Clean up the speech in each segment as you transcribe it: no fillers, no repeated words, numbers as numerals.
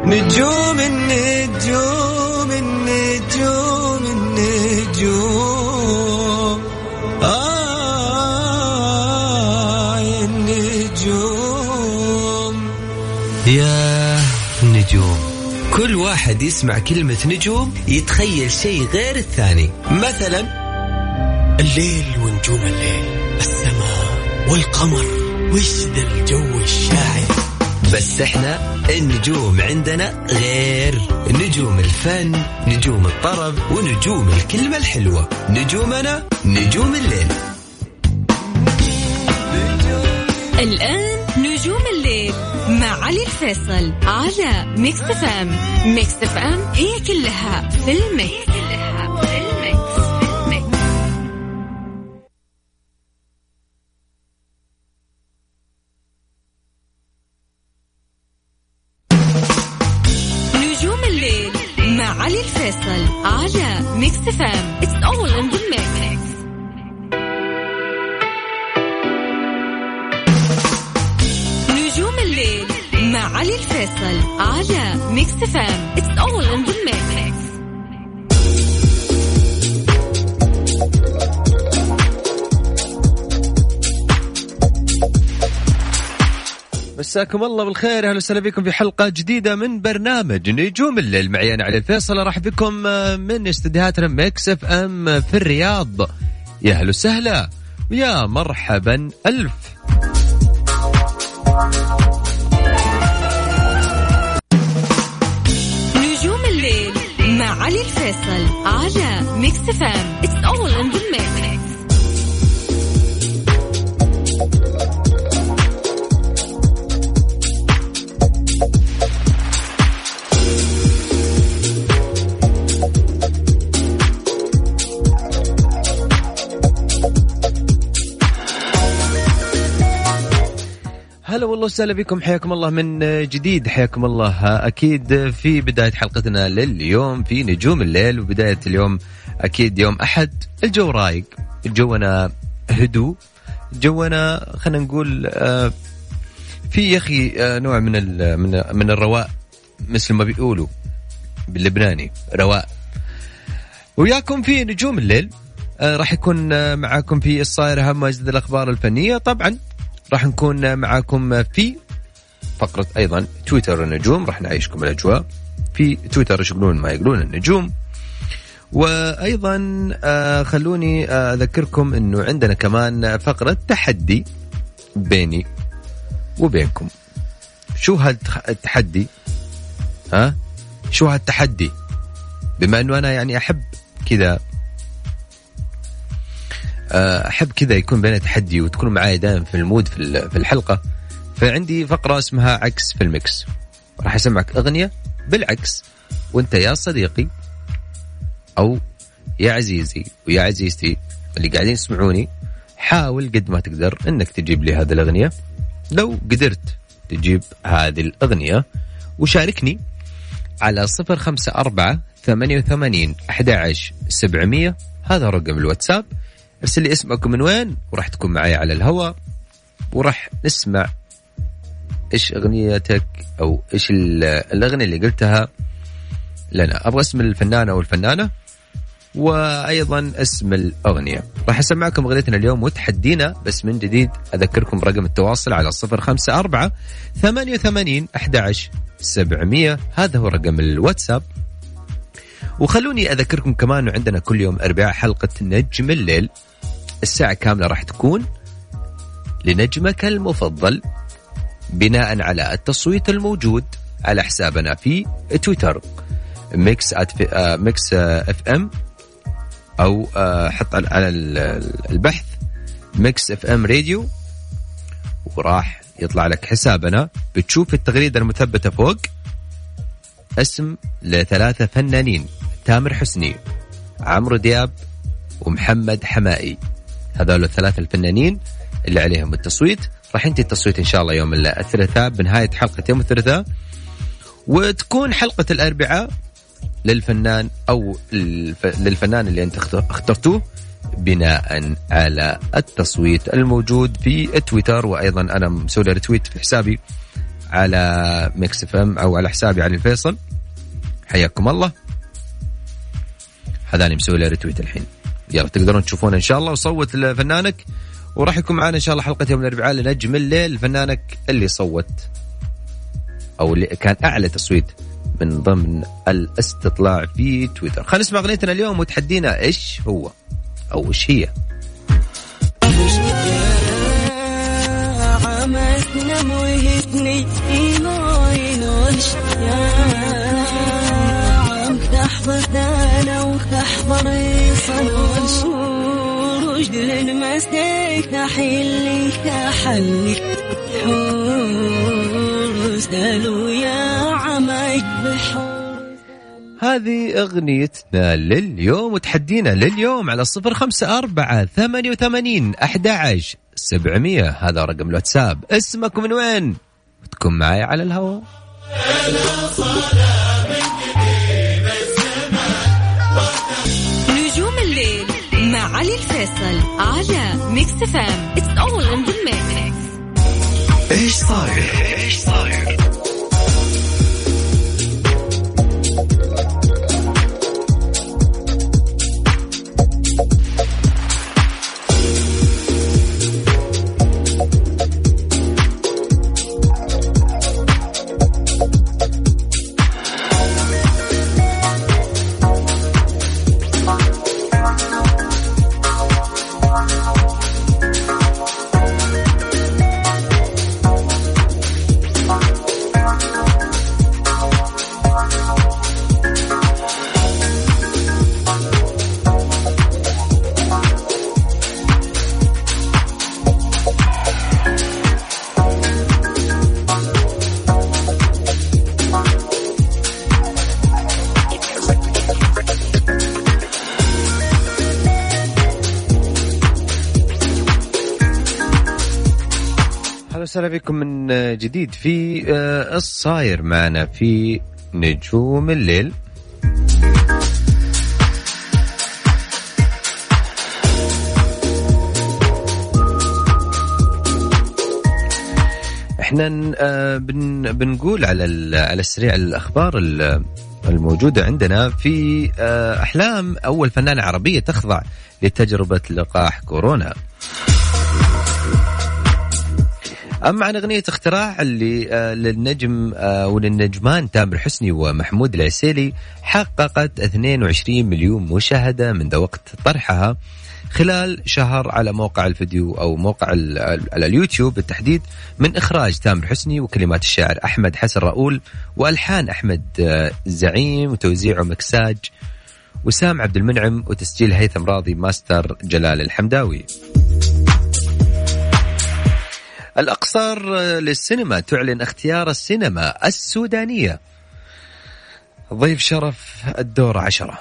نجوم النجوم النجوم النجوم النجوم يا نجوم. كل واحد يسمع كلمة نجوم يتخيل شيء غير الثاني. مثلا الليل ونجوم الليل، السماء والقمر، وش ذا الجو الشاعر. بس احنا النجوم عندنا غير. نجوم الفن، نجوم الطرب، ونجوم الكلمة الحلوة. نجومنا نجوم الليل. الآن نجوم الليل مع علي الفيصل على ميكس فام. ميكس فام هي كلها في الميكس. نجوم الليل مع علي الفيصل على ميكس فام. It's all in the mix. نجوم الليل مع علي الفيصل على ميكس فام. It's all in the mix. مساكم الله بالخير، اهلا وسهلا بكم في حلقه جديده من برنامج نجوم الليل. معي انا علي الفيصل، راح بكم من استديوهاتنا ميكس اف ام في الرياض. يا اهلا وسهلا ويا مرحبا الف. نجوم الليل مع علي الفيصل على ميكس فام. It's all in the mix. هلا والله وسهلا بكم، حياكم الله من جديد. حياكم الله أكيد في بداية حلقتنا لليوم في نجوم الليل، وبداية اليوم أكيد يوم أحد. الجو رايق، الجونا هدوء، جونا خلينا نقول في يا أخي نوع من الرواء، مثل ما بيقولوا باللبناني رواء. وياكم في نجوم الليل راح يكون معاكم في الصاير أهم وأجدد الأخبار الفنية. طبعا راح نكون معاكم في فقرة أيضا تويتر النجوم، راح نعيشكم الأجواء في تويتر، يشغلون ما يقولون النجوم. وأيضا خلوني أذكركم أنه عندنا كمان فقرة تحدي بيني وبينكم. شو هالتحدي؟ شو هالتحدي؟ بما أنه أنا يعني أحب كذا يكون بيننا تحدي وتكونوا معايا دائما في المود في الحلقة، فعندي فقرة اسمها عكس في الميكس. راح أسمعك أغنية بالعكس، وانت يا صديقي أو يا عزيزي ويا عزيزتي اللي قاعدين يسمعوني، حاول قد ما تقدر انك تجيب لي هذه الأغنية. لو قدرت تجيب هذه الأغنية وشاركني على 0548811700، هذا رقم الواتساب. ارسل لي اسمك من وين، وراح تكون معي على الهواء، وراح نسمع ايش اغنيتك او ايش الاغنية اللي قلتها لنا. ابغى اسم الفنانة او الفنانة، وايضا اسم الاغنية. راح اسمعكم اغنيتنا اليوم وتحدينا، بس من جديد اذكركم رقم التواصل على 0548811700، هذا هو رقم الواتساب. وخلوني أذكركم كمان أنه عندنا كل يوم أربعاء حلقة نجم الليل، الساعة كاملة راح تكون لنجمك المفضل، بناء على التصويت الموجود على حسابنا في تويتر ميكس اف ام، أو حط على البحث ميكس اف ام راديو، وراح يطلع لك حسابنا. بتشوف التغريدة المثبتة فوق اسم ل3 فنانين: تامر حسني، عمرو دياب، ومحمد حمائي. هذول الثلاثة الفنانين اللي عليهم التصويت. راح ينتهي التصويت إن شاء الله يوم الثلاثاء، بنهاية حلقة يوم الثلاثاء، وتكون حلقة الأربعاء للفنان أو للفنان اللي أنت اخترتوه بناء على التصويت الموجود في تويتر. وأيضا أنا مسوي ريتويت في حسابي على ميكس اف ام أو على حسابي علي الفيصل. حياكم الله. هذاني مسوي له ريتويت الحين. يلا تقدرون تشوفون إن شاء الله، وصوت لفنانك، وراح يكون معنا إن شاء الله حلقة يوم الأربعاء لنجم الليل فنانك اللي صوت أو اللي كان أعلى تصويت من ضمن الاستطلاع في تويتر. خلينا نسمع أغنيتنا اليوم وتحدينا إيش هو أو إيش هي. هذه أغنيتنا لليوم وتحدينا لليوم على 0548811700. هذا رقم الواتساب. اسمك من وين وتكون معي على الهواء. نجوم الليل مع علي الفيصل على ميكس اف ام. It's all in the mix. ايش صاير؟ وسهلا بكم من جديد في الصاير معنا في نجوم الليل. احنا بنقول على السريع الأخبار الموجودة عندنا في أحلام أول فنانة عربية تخضع لتجربة لقاح كورونا. أما عن أغنية اختراع اللي للنجم وللنجمان تامر حسني ومحمود العسيلي، حققت 22 مليون مشاهدة منذ وقت طرحها خلال شهر على موقع الفيديو أو موقع على اليوتيوب بالتحديد، من إخراج تامر حسني وكلمات الشاعر أحمد حسن رؤول وألحان أحمد زعيم وتوزيع ومكساج وسام عبد المنعم وتسجيل هيثم راضي ماستر جلال الحمداوي. الأقصار للسينما تعلن اختيار السينما السودانية ضيف شرف الدور 10.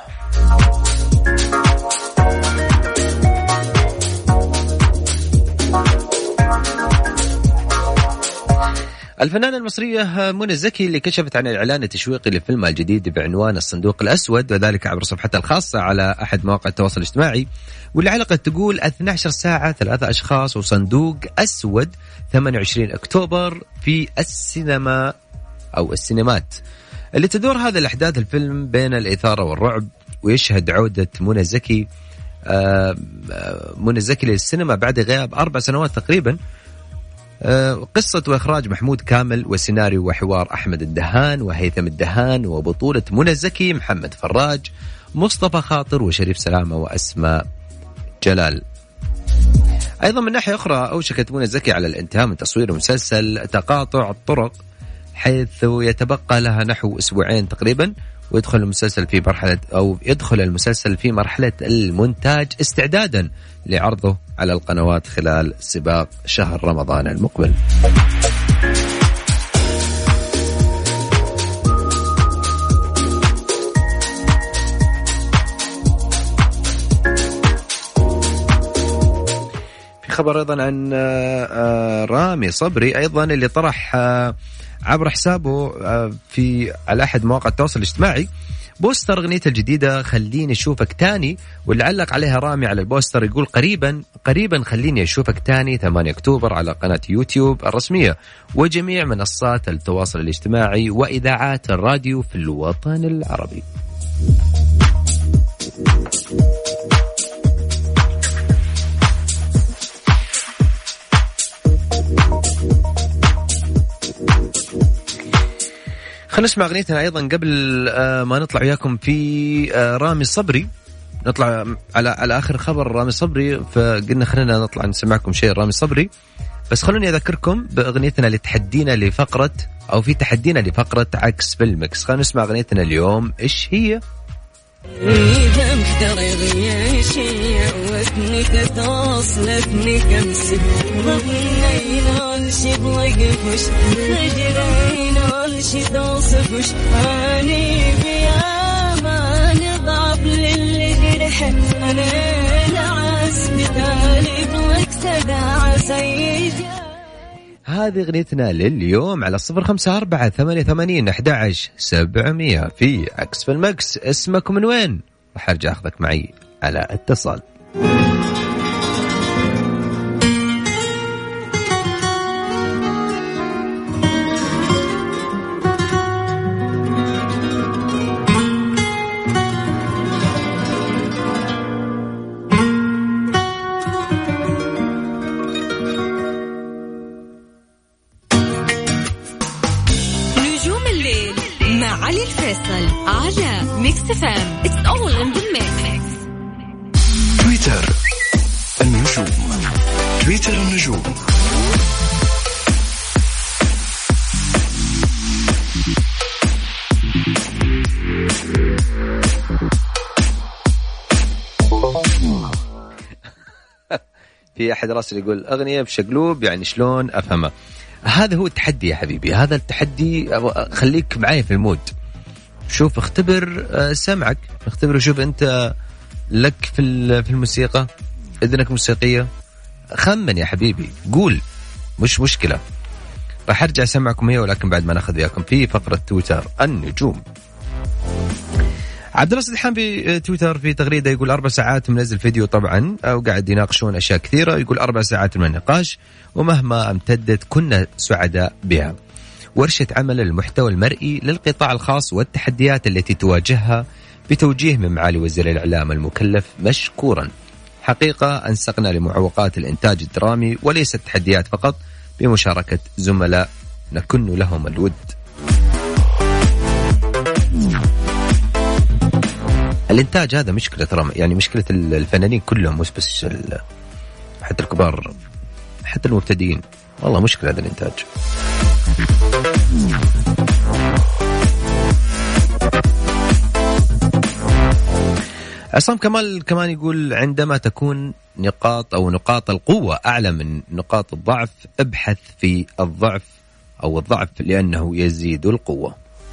الفنانة المصرية منى زكي اللي كشفت عن الإعلان التشويقي لفيلمها الجديد بعنوان الصندوق الأسود، وذلك عبر صفحتها الخاصة على أحد مواقع التواصل الاجتماعي، واللي علقت تقول 12 ساعة 3 أشخاص وصندوق أسود 28 أكتوبر في السينما أو السينمات. اللي تدور هذا الأحداث الفيلم بين الإثارة والرعب، ويشهد عودة منى زكي للسينما بعد غياب 4 سنوات تقريبا. قصة وإخراج محمود كامل، وسيناريو وحوار أحمد الدهان وهيثم الدهان، وبطولة منى زكي، محمد فراج، مصطفى خاطر، وشريف سلامة، وأسماء جلال. أيضا من ناحية أخرى أوشكت منى زكي على الانتهاء من تصوير مسلسل تقاطع الطرق، حيث يتبقى لها نحو 2 أسبوع تقريبا، ويدخل المسلسل في مرحلة المونتاج استعدادا لعرضه على القنوات خلال سباق شهر رمضان المقبل. في خبر أيضا عن رامي صبري أيضا اللي طرح عبر حسابه على أحد مواقع التواصل الاجتماعي، بوستر أغنيته الجديدة خليني أشوفك تاني، واللي علق عليها رامي على البوستر يقول قريبا خليني أشوفك تاني 8 أكتوبر على قناة يوتيوب الرسمية وجميع منصات التواصل الاجتماعي وإذاعات الراديو في الوطن العربي. خلينا نسمع أغنيتنا أيضا قبل ما نطلع وياكم في رامي الصبري. نطلع على آخر خبر رامي الصبري، فقلنا خلينا نطلع نسمعكم شيء رامي الصبري. بس خلوني أذكركم بأغنيتنا اللي تحدينا لفقرة أو في تحدينا لفقرة عكس بالمكس. خلينا نسمع أغنيتنا اليوم إيش هي. هذه أغنيتنا لليوم على 0548811700 في عكس في المكس. اسمك من وين؟ راح أرجع أخذك معي على اتصال. على ميكس فام. It's all in the mix. تويتر النجوم. تويتر النجوم. في أحد راسل يقول أغنية بشقلوب يعني شلون أفهمها. هذا هو التحدي يا حبيبي، هذا التحدي. خليك معي في المود، شوف اختبر سمعك، اختبر وشوف أنت لك في الموسيقى، إذنك موسيقية، خمن يا حبيبي، قول، مش مشكلة. راح أرجع أسمعكم هي، ولكن بعد ما ناخذ وياكم في فقرة تويتر النجوم. عبد الله سدحان في تويتر في تغريدة يقول 4 ساعات منزل فيديو طبعا، أو قاعد يناقشون أشياء كثيرة. يقول 4 ساعات من النقاش ومهما امتدت كنا سعداء بها. ورشة عمل المحتوى المرئي للقطاع الخاص والتحديات التي تواجهها بتوجيه من معالي وزير الإعلام المكلف مشكورا. حقيقة أنسقنا لمعوقات الإنتاج الدرامي وليست تحديات فقط، بمشاركة زملاء نكن لهم الود. الإنتاج هذا مشكلة ترى، يعني مشكلة الفنانين كلهم، مش بس حتى الكبار، حتى المبتدئين، والله مشكلة هذا الإنتاج. عصام كمال كمان يقول عندما تكون نقاط القوة أعلى من نقاط الضعف ابحث في الضعف أو الضعف لأنه يزيد القوة.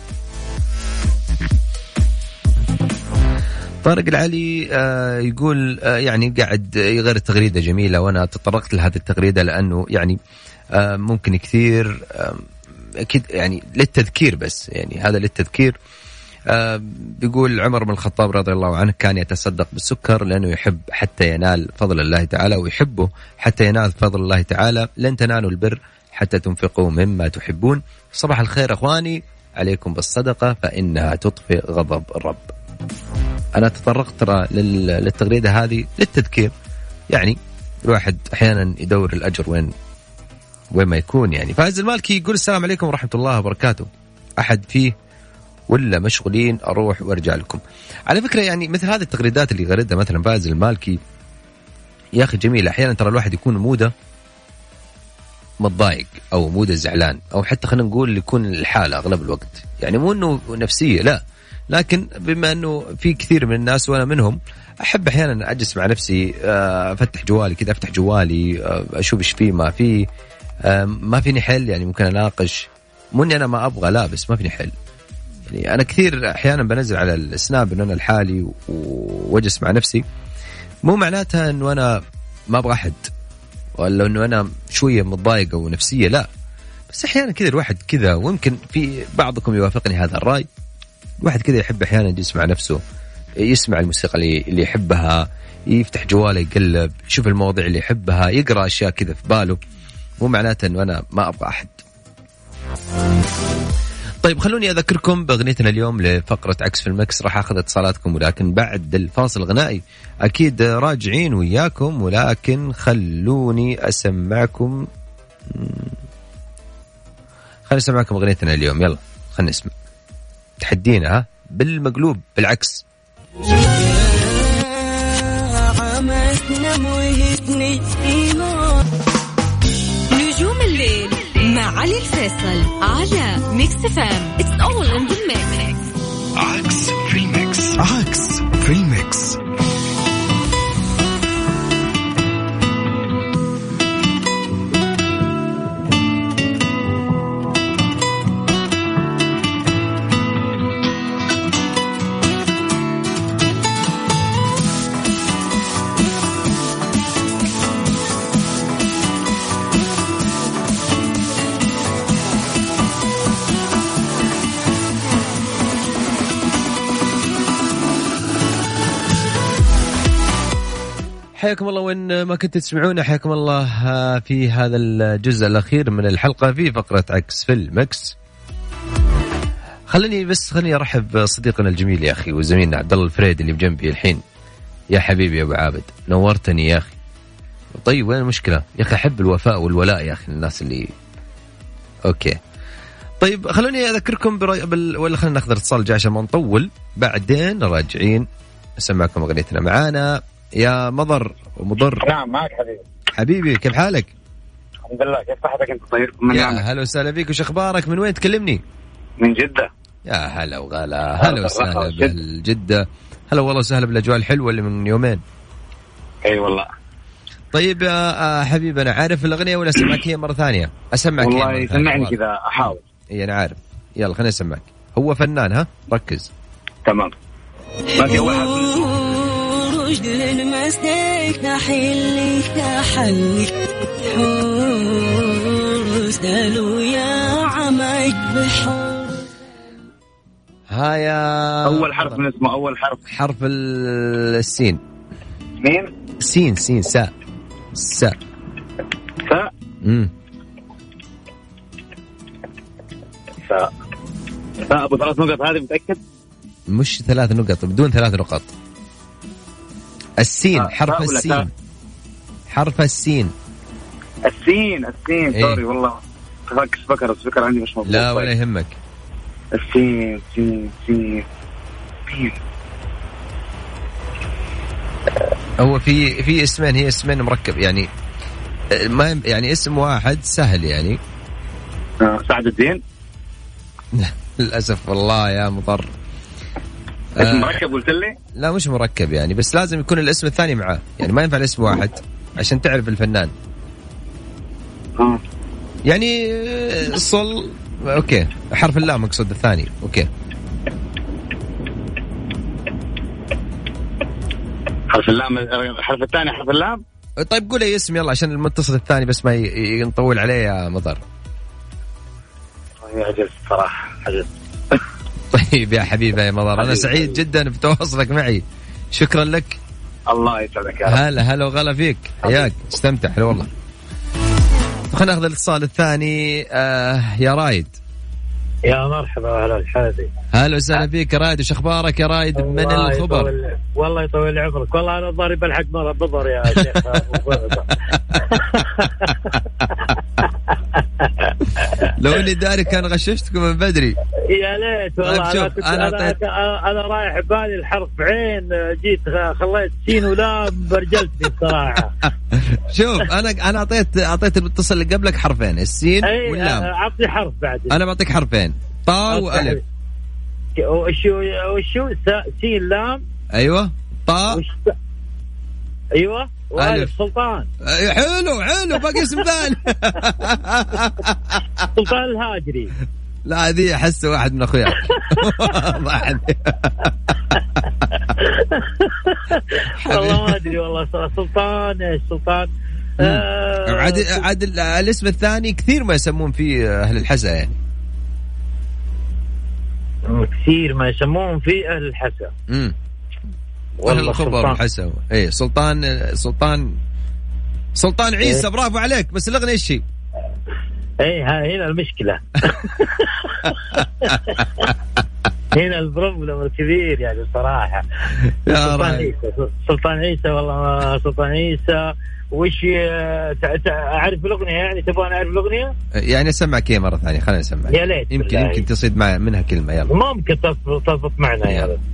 طارق العلي يقول يعني قاعد يغير التغريدة جميلة، وأنا تطرقت لهذه التغريدة لأنه يعني ممكن كثير أكيد يعني للتذكير، بس يعني هذا للتذكير. بيقول عمر بن الخطاب رضي الله عنه كان يتصدق بالسكر لأنه يحب حتى ينال فضل الله تعالى، ويحبه حتى ينال فضل الله تعالى. لن تنالوا البر حتى تنفقوا مما تحبون. صباح الخير أخواني، عليكم بالصدقة فإنها تطفئ غضب الرب. أنا تطرقت للتغريدة هذه للتذكير، يعني الواحد أحيانا يدور الأجر وين ما يكون. يعني فايز المالكي يقول السلام عليكم ورحمة الله وبركاته، أحد فيه ولا مشغولين أروح وأرجع لكم. على فكرة يعني مثل هذه التغريدات اللي غردها مثلا فايز المالكي يا أخي جميل. أحيانا ترى الواحد يكون موده متضايق أو موده زعلان، أو حتى خلينا نقول يكون الحالة أغلب الوقت، يعني مو إنه نفسية لا، لكن بما أنه في كثير من الناس وأنا منهم أحب أحيانا أجلس مع نفسي، أفتح جوالي كذا، أفتح جوالي أشوف إيش فيه ما فيني حل. يعني ممكن أناقش، مو إني أنا ما أبغى، لا بس ما فيني حل. يعني أنا كثير أحيانا بنزل على السناب إنه أنا الحالي وأجلس مع نفسي، مو معناتها إنه أنا ما أبغى أحد ولا إنه أنا شوية متضايق أو نفسية، لا، بس أحيانا كذا الواحد كذا، ويمكن في بعضكم يوافقني هذا الرأي، الواحد كذا يحب أحيانا يسمع نفسه، يسمع الموسيقى اللي يحبها، يفتح جواله يقلب، يشوف المواضيع اللي يحبها، يقرأ أشياء كذا في باله، مو معناته أنه أنا ما أبغى أحد. طيب خلوني أذكركم بأغنيتنا اليوم لفقرة عكس في المكس. راح أخذ اتصالاتكم، ولكن بعد الفاصل الغنائي أكيد راجعين وياكم، ولكن خلوني أسمعكم أغنيتنا اليوم. يلا خلنا نسمع تحدينا، ها بالمقلوب بالعكس. نجوم الليل مع علي الفيصل على ميكس فام. It's all in the mix. عكس في الميكس. عكس في الميكس. حياكم الله وين ما كنتوا تسمعونا، حياكم الله في هذا الجزء الأخير من الحلقة في فقرة عكس في المكس. خليني أرحب صديقنا الجميل يا أخي وزميلنا عبد الله الفريد اللي بجنبي الحين. يا حبيبي يا أبو عابد، نورتني يا أخي. طيب وين المشكلة يا أخي؟ أحب الوفاء والولاء يا أخي الناس اللي أوكي. طيب خلوني أذكركم ولا خلينا ناخذ اتصال جاي عشان ما نطول، بعدين راجعين أسمعكم أغنيتنا. معانا يا مضر. نعم معك حبيبي كيف حالك؟ الحمد لله، كيف صحتك انت؟ طيب يا هلا وسهلا فيك، وش اخبارك؟ من وين تكلمني؟ من جدة. يا هلا وغلا، هلا وسهلا بالجدة، هلا والله وسهلا بالاجواء الحلوه اللي من يومين. اي والله. طيب يا حبيبي انا عارف الاغنيه ولا اسمعك هي مره ثانيه؟ اسمعك والله سمعني كذا احاول. اي انا عارف، يلا خليني اسمعك. هو فنان، ها ركز. تمام. ما في اول رجل المسك حلي حلي حوزلوا يا عمك بحور. هايا اول حرف من اسمه، اول حرف السين. مين؟ سين ساء ساء ابو 3 نقط، هذه متأكد؟ مش 3 نقط، بدون 3 نقط. السين، حرف السين، حرف السين. السين إيه؟ سوري والله فكر عندي مش مضبوط. لا ولا يهمك. السين سين هو في اسمين، هي اسمين مركب يعني، ما يعني اسم واحد سهل يعني. سعد الدين. للأسف والله يا مضر. اسم مركب قلت لي؟ لا مش مركب يعني، بس لازم يكون الاسم الثاني معاه يعني، ما ينفع الاسم واحد عشان تعرف الفنان. يعني صل اوكي، حرف اللام مقصود الثاني. اوكي حرف اللام، حرف الثاني حرف اللام. طيب قول اي اسم يلا عشان المتصل الثاني بس ما نطول عليه يا مضر. عجزت صراحة، عجزت. طيب يا حبيبي يا مضر، أنا سعيد جدا بتواصلك معي، شكرا لك. الله يسعدك يا رب. هلا وغلا فيك، حياك، استمتع. هلا والله. خلينا ناخذ الاتصال الثاني. يا رايد. يا مرحبا، اهلا الحادي. هلا وسهلا فيك يا رايد، وش اخبارك يا رايد من الخبر؟ والله يطول عمرك، والله انا ضارب الحق مره بضر يا شيخ. لو اني داري كان غششتكم من بدري. يا ليت والله. انا رايح بالي الحرف عين، جيت خليت سين ولام برجلتني الصراحه. شوف انا اعطيت المتصل اللي قبلك حرفين، السين واللام. اعطي حرف بعد. انا بعطيك حرفين، طاء والف. وشو سين لام. ايوه طاء. ايوه والف. سلطان. حلو باقي اسم ثاني. سلطان الهاجري. لا هذه احس واحد من اخوياك. والله ما ادري والله. سلطان ايش سلطان. عاد الاسم الثاني كثير ما يسمون فيه اهل الحزة يعني. كثير ما يسموهم في أهل الحسا. والله خبر الحسا. إيه سلطان عيسى. برافو عليك. بس الأغنية إيش هي؟ إيه هنا المشكلة. هنا البروبلم الكبير يعني صراحة. سلطان عيسى والله سلطان عيسى. وش أعرف الأغنية يعني تبغى أعرف الأغنية يعني أسمعك إيه مرة ثانية. خلينا نسمعك يا ليت يمكن تصيد منها كلمة. يلا ممكن تضبط معنا يا رب.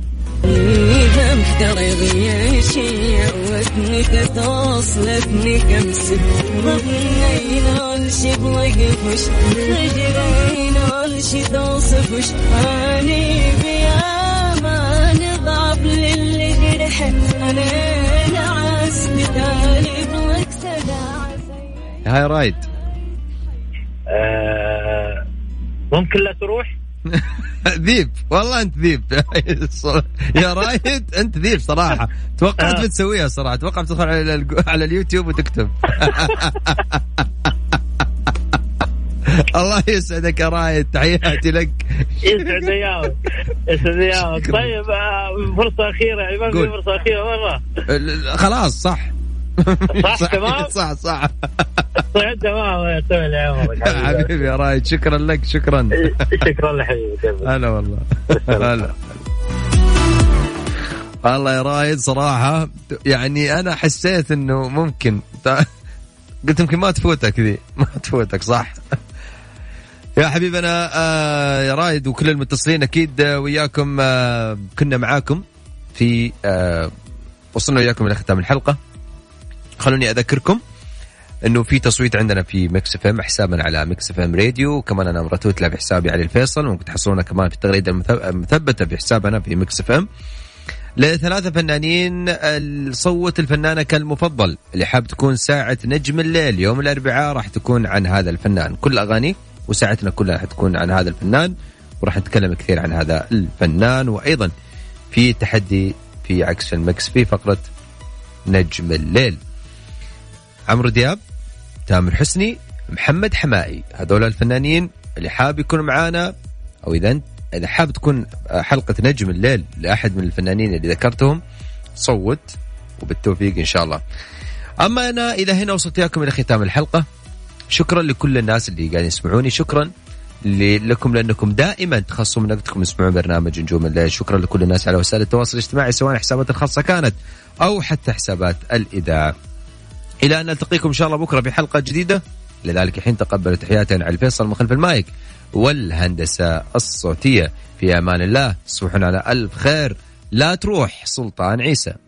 هاي رايد. ممكن لا تروح. ذيب والله أنت ذيب يا رايد. أنت ذيب صراحة. توقعت بتسويها صراحة. توقعت تدخل على اليوتيوب وتكتب. الله يسعدك يا رايد. تحياتي لك. يسعد ايامك. يسعد ايامك. طيب فرصة أخيرة يعني ما في فرصة أخيرة مرة. خلاص صح تمام. صح طيب تمام يا طويل عمرك حبيبي يا رايد. شكرا لك. شكرا لحبيبي. هلا والله. هلا والله يا رايد صراحة. يعني أنا حسيت إنه ممكن قلت يمكن ما تفوتك ذي. ما تفوتك صح يا حبيبنا. يا رايد وكل المتصلين أكيد وياكم. كنا معاكم في وصلنا وياكم إلى ختام الحلقة. خلوني أذكركم إنه في تصويت عندنا في ميكس اف ام حسابنا على ميكس اف ام راديو. وكمان أنا مرتوت له بحسابي علي الفيصل. ممكن تحصلونها كمان في التغريدة المثبتة بحسابنا في ميكس اف ام. لثلاثة فنانين صوت الفنانة كالمفضل. اللي حاب تكون ساعة نجم الليل يوم الأربعاء راح تكون عن هذا الفنان. كل أغاني وساعتنا كلها حتكون عن هذا الفنان. وراح نتكلم كثير عن هذا الفنان. وأيضا في تحدي في عكس المكس في فقرة نجم الليل. عمرو دياب، تامر حسني، محمد حمائي. هذول الفنانين اللي حاب يكون معانا. أو إذا حاب تكون حلقة نجم الليل لأحد من الفنانين اللي ذكرتهم صوت. وبالتوفيق إن شاء الله. أما أنا إلى هنا وصلت لكم إلى ختام الحلقة. شكرا لكل الناس اللي قاعدين يسمعوني. شكرا لكم لأنكم دائما تخصصوا من وقتكم تسمعون برنامج نجوم الليل. شكرا لكل الناس على وسائل التواصل الاجتماعي سواء حسابات الخاصة كانت أو حتى حسابات الإذاعة. إلى أن نلتقيكم إن شاء الله بكرة بحلقة جديدة. لذلك حين تقبل تحياتي على الفيصل من خلف المايك والهندسة الصوتية. في أمان الله. تصبحون على ألف خير. لا تروح سلطان عيسى.